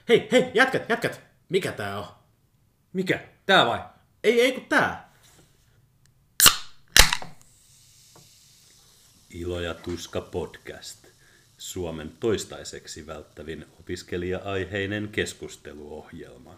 Hei, jätkät. Mikä tää on? Mikä? Tää vai? Ei kun tää. Ilo ja tuska podcast. Suomen toistaiseksi välttävin opiskelija-aiheinen keskusteluohjelma.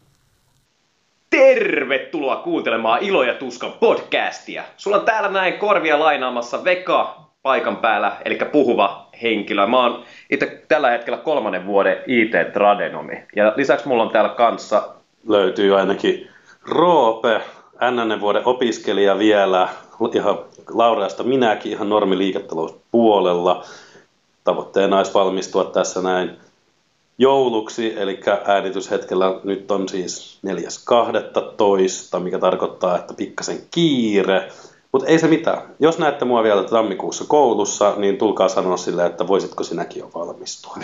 Tervetuloa kuuntelemaan Ilo ja Tuska podcastia. Sulla on täällä näin korvia lainaamassa Veka paikan päällä, eli puhuva henkilö. Mä oon itse tällä hetkellä 3. vuoden IT-tradenomi. Ja lisäksi mulla on täällä kanssa... Löytyy ainakin Roope, NN vuoden opiskelija vielä, ihan laureasta minäkin, ihan normiliiketalouspuolella. Tavoitteena olisi valmistua tässä näin jouluksi, eli äänityshetkellä nyt on siis 4.12., mikä tarkoittaa, että pikkasen kiire. Mutta ei se mitään. Jos näette mua vielä tammikuussa koulussa, niin tulkaa sanoa silleen, että voisitko sinäkin jo valmistua.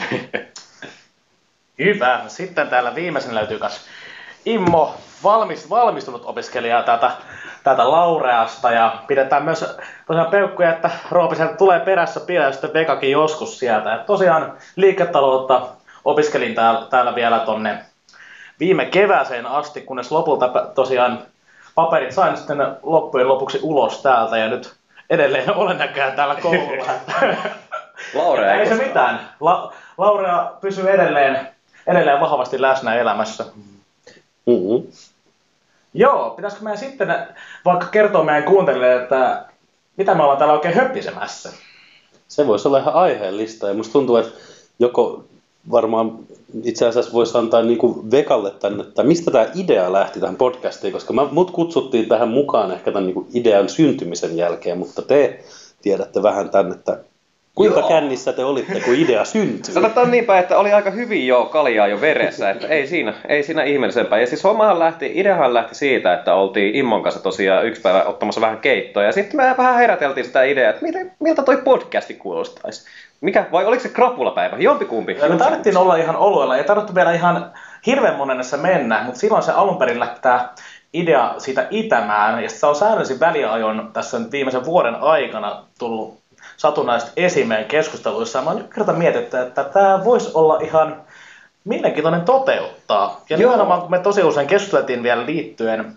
Hyvä. Sitten täällä viimeisen löytyy myös Immo, valmistunut opiskelija täältä laureasta. Ja pidetään myös tosiaan peukkuja, että Roopi sieltä tulee perässä pian ja sitten Vekakin joskus sieltä. Ja tosiaan liiketaloutta opiskelin täällä vielä tonne viime kevääseen asti, kunnes lopulta tosiaan paperit sain sitten loppujen lopuksi ulos täältä ja nyt edelleen olen näköjään täällä koululla. Laurea ei se mitään. Laurea pysyy edelleen vahvasti läsnä elämässä. Mm-hmm. Joo, pitäisikö meidän sitten vaikka kertoa meidän kuuntelijoille, että mitä me ollaan täällä oikein höppisemässä? Se voisi olla ihan aiheellista ja musta tuntuu, että joko varmaan itse asiassa voisi antaa niin kuin Vekalle tänne, että mistä tämä idea lähti tähän podcastiin, koska mut kutsuttiin tähän mukaan ehkä tämän niin kuin idean syntymisen jälkeen, mutta te tiedätte vähän tänne, että kuinka kännissä te olitte, kun idea syntyi? Sanotaan niinpä, että oli aika hyvin jo kaljaa jo veressä, että ei siinä ihmeellisempää. Ja siis ideahan lähti siitä, että oltiin Immon kanssa tosiaan yksi päivä ottamassa vähän keittoa. Ja sitten me vähän heräteltiin sitä ideaa, että miltä toi podcasti kuulostaisi. Vai oliko se krapulapäivä? Jompikumpi. Me tarvittiin olla ihan oluella, ei tarvittu vielä ihan hirveän monennessa mennä, mutta silloin se alun perin lähti tämä idea siitä itämään. Ja se on säännöllisin väliajon tässä nyt viimeisen vuoden aikana tullut satunnaisesti esiin meidän keskusteluissa. Mä oon nyt kerta mietitty, että tämä voisi olla ihan mielenkiintoinen toteuttaa. Ja nimenomaan kun me tosi usein keskusteltiin vielä liittyen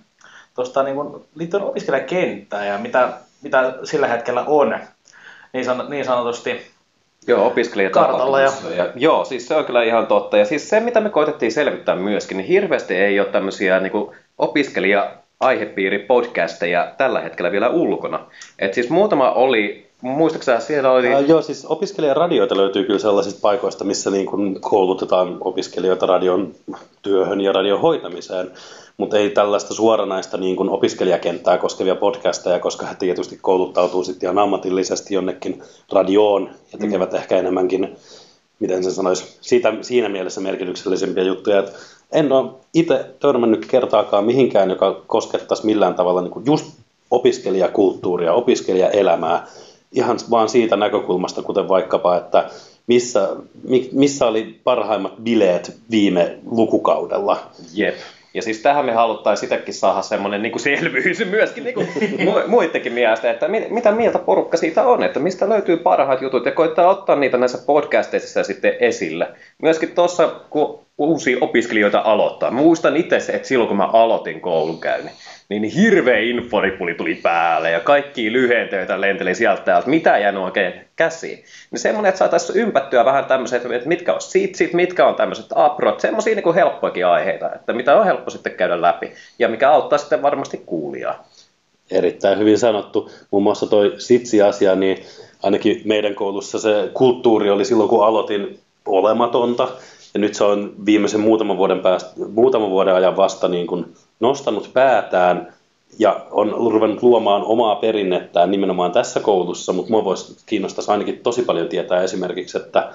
opiskelijakenttään ja mitä sillä hetkellä on niin sanotusti. Joo, opiskelijatapahtumassa. Joo, siis se on kyllä ihan totta. Ja siis se, mitä me koitettiin selvittää myöskin, niin hirveästi ei ole tämmöisiä niin kuin opiskelija-aihepiiri-podcasteja tällä hetkellä vielä ulkona. Et siis muutama oli, muistaakseni siellä oli... Joo, siis opiskelijaradioita löytyy kyllä sellaisista paikoista, missä niin kuin koulutetaan opiskelijoita radion työhön ja radion hoitamiseen, mutta ei tällaista suoranaista niin kuin opiskelijakenttää koskevia podcasteja, koska he tietysti kouluttautuu sitten ihan ammatillisesti jonnekin radioon ja tekevät ehkä enemmänkin, miten se sanoisi, siinä mielessä merkityksellisempiä juttuja. Et en ole itse törmännyt kertaakaan mihinkään, joka koskettaisi millään tavalla niin kuin just opiskelijakulttuuria, opiskelijaelämää, ihan vaan siitä näkökulmasta, kuten vaikkapa, että missä oli parhaimmat bileet viime lukukaudella. Jep. Ja siis tähän me haluttaisiin sitäkin saada semmoinen niin kuin selvyys myöskin niin kuin muidenkin mielestä, että mitä mieltä porukka siitä on, että mistä löytyy parhaat jutut ja koittaa ottaa niitä näissä podcasteissa sitten esille. Myöskin tuossa, kun uusia opiskelijoita aloittaa. Mä muistan itse, että silloin kun mä aloitin koulunkäynnin, niin hirveä inforipuli tuli päälle ja kaikkia lyhentöitä lenteli sieltä täältä, mitä jäänyt oikein käsiin. Niin semmoinen, että saataisiin ympättyä vähän tämmöiset, että mitkä on sitsit, mitkä on tämmöiset aprot, semmoisia niin kuin helppoikin aiheita, että mitä on helppo sitten käydä läpi ja mikä auttaa sitten varmasti kuulijaa. Erittäin hyvin sanottu. Muun muassa toi sitsi-asia, niin ainakin meidän koulussa se kulttuuri oli silloin, kun aloitin olematonta. Ja nyt se on viimeisen muutaman vuoden ajan vasta niin kuin nostanut päätään ja on ruvennut luomaan omaa perinnetään nimenomaan tässä koulussa, mutta minua kiinnostaisi ainakin tosi paljon tietää esimerkiksi, että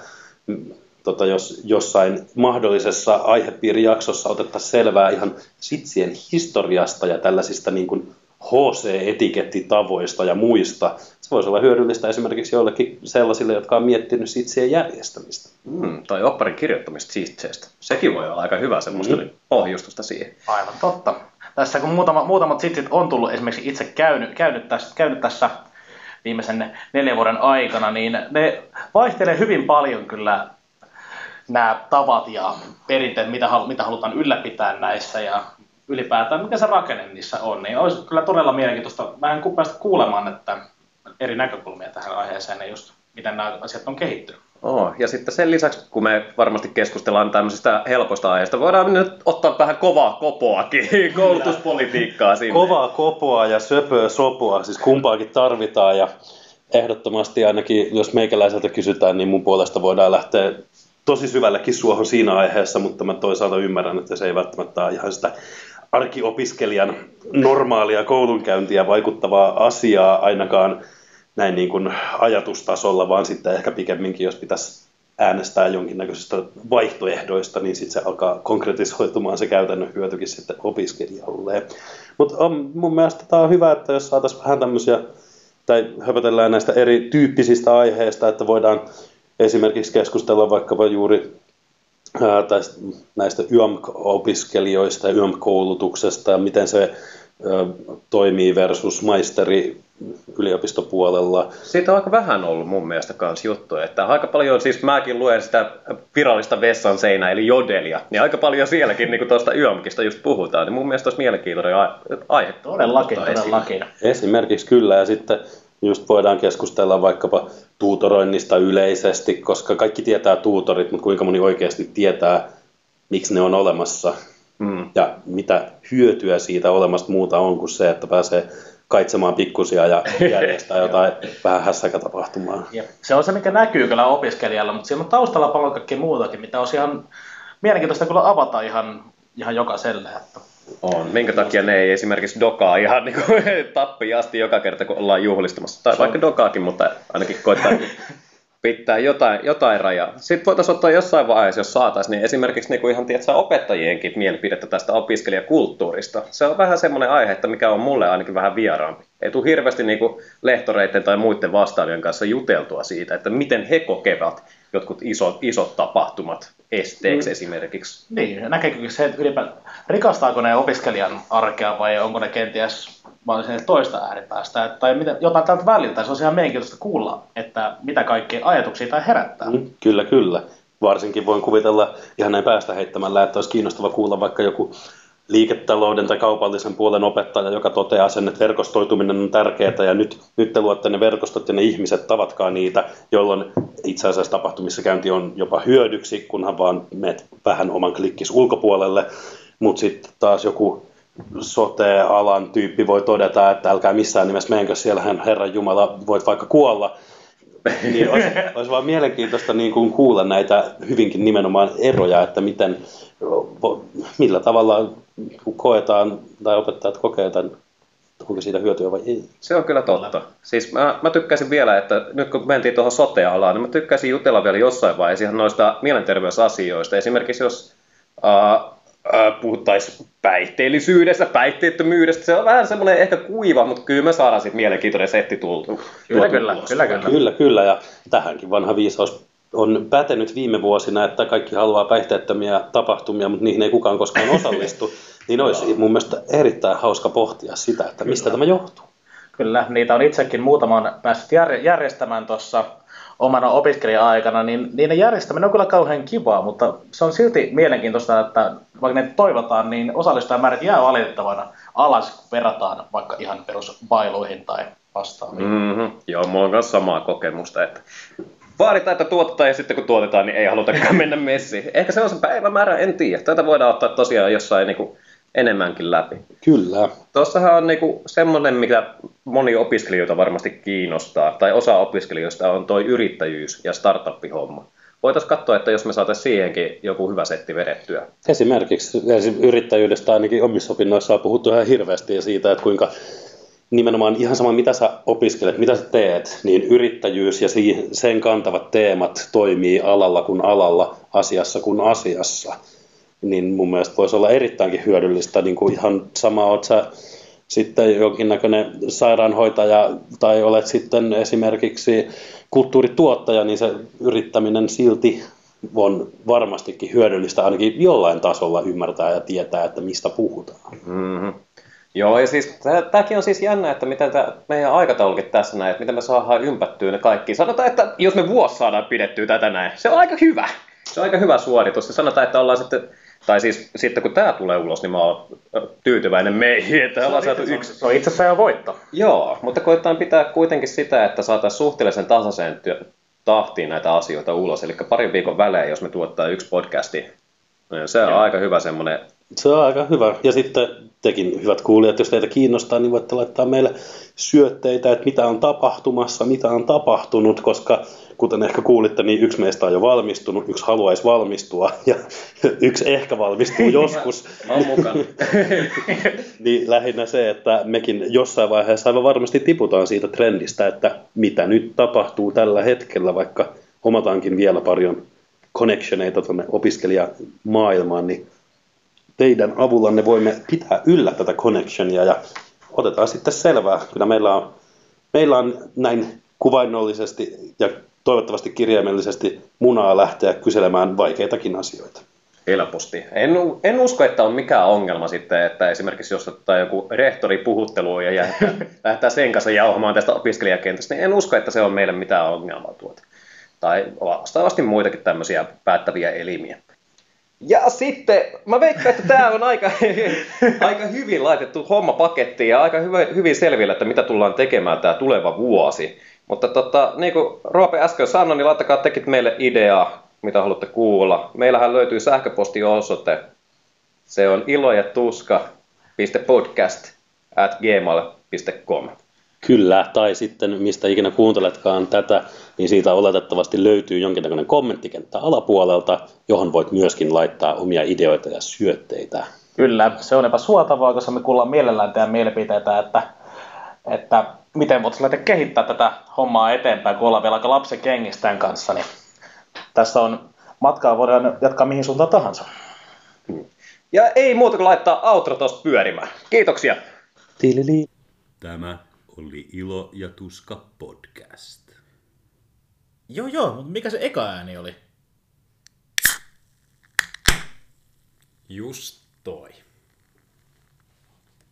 jos jossain mahdollisessa aihepiirijaksossa otettaisiin selvää ihan sitsien historiasta ja tällaisista niin kuin HC-etikettitavoista ja muista. Se voisi olla hyödyllistä esimerkiksi joillekin sellaisille, jotka on miettinyt sitsien järjestämistä. Tai opparin kirjoittamista sitseistä. Sekin voi olla aika hyvä semmoista ohjustusta siihen. Aivan totta. Tässä kun muutamat sitsit on tullut esimerkiksi itse käynyt tässä viimeisen 4 vuoden aikana, niin ne vaihtelee hyvin paljon kyllä nämä tavat ja perinteet, mitä halutaan ylläpitää näissä ja ylipäätään mikä se rakenne niissä on, niin olisi kyllä todella mielenkiintoista vähän päästä kuulemaan että eri näkökulmia tähän aiheeseen ja just miten nämä asiat on kehittynyt. Ja sitten sen lisäksi, kun me varmasti keskustellaan tämmöisistä helposta aiheista, voidaan nyt ottaa vähän kovaa kopoakin, koulutuspolitiikkaa sinne. Kovaa kopoa ja söpöä sopua, siis kumpaakin tarvitaan ja ehdottomasti ainakin, jos meikäläiseltä kysytään, niin mun puolesta voidaan lähteä tosi syvällekin suohon siinä aiheessa, mutta mä toisaalta ymmärrän, että se ei välttämättä ole ihan sitä arkiopiskelijan normaalia koulunkäyntiä vaikuttavaa asiaa ainakaan näin niin kuin ajatustasolla, vaan sitten ehkä pikemminkin, jos pitäisi äänestää jonkinnäköisistä vaihtoehdoista, niin sitten se alkaa konkretisoitumaan se käytännön hyötykin sitten opiskelijalle. Mutta mun mielestä tämä on hyvä, että jos saataisiin vähän tämmöisiä, tai höpötellään näistä erityyppisistä aiheista, että voidaan esimerkiksi keskustella vaikkapa juuri näistä YAM-opiskelijoista ja YAM-koulutuksesta ja miten se toimii versus maisteri yliopistopuolella. Siitä on aika vähän ollut mun mielestä kans juttuja, että aika paljon, siis mäkin luen sitä virallista vessan seinää eli jodelia, niin aika paljon sielläkin niin kuin tuosta YAMKista just puhutaan, niin mun mielestä olisi mielenkiintoinen aihe. Todellakin. Esimerkiksi kyllä, ja sitten just voidaan keskustella vaikkapa tuutoroinnista yleisesti, koska kaikki tietää tuutorit, mutta kuinka moni oikeasti tietää, miksi ne on olemassa. Ja mitä hyötyä siitä olemasta muuta on kuin se, että pääsee kaitsemaan pikkusia ja järjestää jotain vähän hässäkätapahtumaa. Se on se, mikä näkyy kyllä opiskelijalla, mutta siellä on taustalla paljon kaikkea muutakin, mitä olisi ihan mielenkiintoista kyllä avata ihan jokaiselle. Että on. Minkä takia ne ei esimerkiksi dokaa ihan niin kuin tappiin asti joka kerta, kun ollaan juhlistamassa. Tai vaikka dokaakin, mutta ainakin koittaa pitää jotain rajaa. Sitten voitaisiin ottaa jossain vaiheessa, jos saataisiin, niin esimerkiksi niin kuin ihan tietää opettajienkin mielipidettä tästä opiskelijakulttuurista. Se on vähän semmoinen aihe, että mikä on mulle ainakin vähän vieraampi. Ei tule hirveästi niin kuin lehtoreiden tai muiden vastaavien kanssa juteltua siitä, että miten he kokevat jotkut isot tapahtumat esteeksi esimerkiksi. Niin, näkeekö se, että ylipäätään rikastaako ne opiskelijan arkea vai onko ne kenties vaan sinne toista ääripäästä, tai jotain tältä väliltä. Se on ihan mielenkiintoista kuulla, että mitä kaikkia ajatuksia tai herättää. Kyllä. Varsinkin voin kuvitella ihan näin päästä heittämällä, että olisi kiinnostava kuulla vaikka joku liiketalouden tai kaupallisen puolen opettaja, joka toteaa sen, että verkostoituminen on tärkeää ja nyt te luotte ne verkostot ja ne ihmiset, tavatkaa niitä, jolloin itse asiassa tapahtumissa käynti on jopa hyödyksi, kunhan vaan menet vähän oman klikkis ulkopuolelle, mutta sitten taas joku sote-alan tyyppi voi todeta, että älkää missään nimessä menkö, siellähän Herran Jumala voit vaikka kuolla. Niin olisi vaan mielenkiintoista niin kuin kuulla näitä hyvinkin nimenomaan eroja, että millä tavalla koetaan tai opettajat kokeetaan, onko siitä hyötyä vai ei. Se on kyllä totta. Siis mä tykkäisin vielä, että nyt kun mentiin tuohon sote-alaan, niin mä tykkäisin jutella vielä jossain vaiheessa ihan noista mielenterveysasioista. Esimerkiksi jos puhuttaisiin päihteellisyydestä, päihteettömyydestä. Se on vähän semmoinen ehkä kuiva, mutta kyllä me saadaan sitten mielenkiintoinen setti tultua. Kyllä. Ja tähänkin vanha viisaus on pätenyt viime vuosina, että kaikki haluaa päihteettömiä tapahtumia, mutta niihin ei kukaan koskaan osallistu. Niin olisi mun mielestä erittäin hauska pohtia sitä, että mistä tämä johtuu. Kyllä, niitä on itsekin muutaman päässyt järjestämään tuossa omana opiskelija-aikana, niin niiden järjestäminen on kyllä kauhean kivaa, mutta se on silti mielenkiintoista, että vaikka ne toivotaan, niin osallistujamäärät jää valitettavana alas, kun verrataan vaikka ihan perusbailuihin tai vastaaviin. Joo, mulla on myös samaa kokemusta, että vaaditaan, että tuotetaan ja sitten kun tuotetaan, niin ei halutakaan mennä messiin. Ehkä se on se päivämäärä, en tiedä. Tätä voidaan ottaa tosiaan jossain niinku enemmänkin läpi. Kyllä. Tuossahan on niinku semmoinen, mikä moni opiskelijoita varmasti kiinnostaa, tai osa opiskelijoista on toi yrittäjyys ja startup-homma. Voitaisiin katsoa, että jos me saataisiin siihenkin joku hyvä setti vedettyä. Esimerkiksi yrittäjyydestä ainakin omissa opinnoissa on puhuttu ihan hirveästi ja siitä, että kuinka nimenomaan ihan sama mitä sä opiskelet, mitä sä teet, niin yrittäjyys ja sen kantavat teemat toimii alalla kuin alalla, asiassa kuin asiassa. Niin mun mielestä voisi olla erittäinkin hyödyllistä, niin kuin ihan sama oot sä sitten jonkinnäköinen sairaanhoitaja tai olet sitten esimerkiksi kulttuurituottaja, niin se yrittäminen silti on varmastikin hyödyllistä ainakin jollain tasolla ymmärtää ja tietää, että mistä puhutaan. Mm-hmm. Joo, ja siis tämäkin on siis jännä, että miten meidän aikataulukin tässä näin, että miten me saadaan ympättyä ne kaikki. Sanotaan, että jos me vuosi saadaan pidettyä tätä näin, se on aika hyvä. Se on aika hyvä suoritus. Ja sanotaan, että ollaan sitten, tai siis sitten kun tää tulee ulos, niin mä oon tyytyväinen meihin, että ollaan saatu yksi. Se on itse asiassa jo voitto. Joo, mutta koetaan pitää kuitenkin sitä, että saataisiin suhteellisen tasaiseen tahtiin näitä asioita ulos. Eli parin viikon välein, jos me tuottaa yksi podcasti, niin se on aika hyvä semmoinen. Se on aika hyvä. Ja sitten tekin, hyvät kuulijat, jos teitä kiinnostaa, niin voitte laittaa meille syötteitä, että mitä on tapahtumassa, mitä on tapahtunut, koska kuten ehkä kuulitte, niin yksi meistä on jo valmistunut, yksi haluaisi valmistua ja yksi ehkä valmistuu joskus. On mukana. Niin lähinnä se, että mekin jossain vaiheessa aivan varmasti tiputaan siitä trendistä, että mitä nyt tapahtuu tällä hetkellä, vaikka omataankin vielä paljon connectioneita tuonne opiskelijamaailmaan, niin teidän avullanne voimme pitää yllä tätä connectionia ja otetaan sitten selvää. Kyllä meillä on näin kuvainnollisesti ja toivottavasti kirjaimellisesti munaa lähteä kyselemään vaikeitakin asioita. Helposti. En usko, että on mikään ongelma sitten, että esimerkiksi jos ottaa joku rehtori puhutteluun ja lähtee sen kanssa jauhamaan tästä opiskelijakentästä, niin en usko, että se on meille mitään ongelmaa tuota. Tai vastaavasti muitakin tämmöisiä päättäviä elimiä. Ja sitten, mä veikkaan, että tämä on aika hyvin laitettu homma pakettiin ja aika hyvin selvillä, että mitä tullaan tekemään tämä tuleva vuosi. Mutta niin kuin Roope äsken sanoi, niin laittakaa tekit meille ideaa, mitä haluatte kuulla. Meillähän löytyy sähköpostiosoite. Se on ilojatuska.podcast@gmail.com. Kyllä, tai sitten mistä ikinä kuunteletkaan tätä, niin siitä oletettavasti löytyy jonkinnäköinen kommenttikenttä alapuolelta, johon voit myöskin laittaa omia ideoita ja syötteitä. Kyllä, se on epäsuotavaa, koska me kuullaan mielellään teidän mielipiteitä, että miten voitaisiin lähteä kehittää tätä hommaa eteenpäin, kun ollaan vielä aika lapsen kengistään kanssa. Niin tässä on matkaa, voidaan jatkaa mihin suuntaan tahansa. Ja ei muuta kuin laittaa outro tosta pyörimään. Kiitoksia. Tilili. Tämä oli Ilo ja Tuska podcast. Joo, mutta mikä se eka ääni oli? Just toi.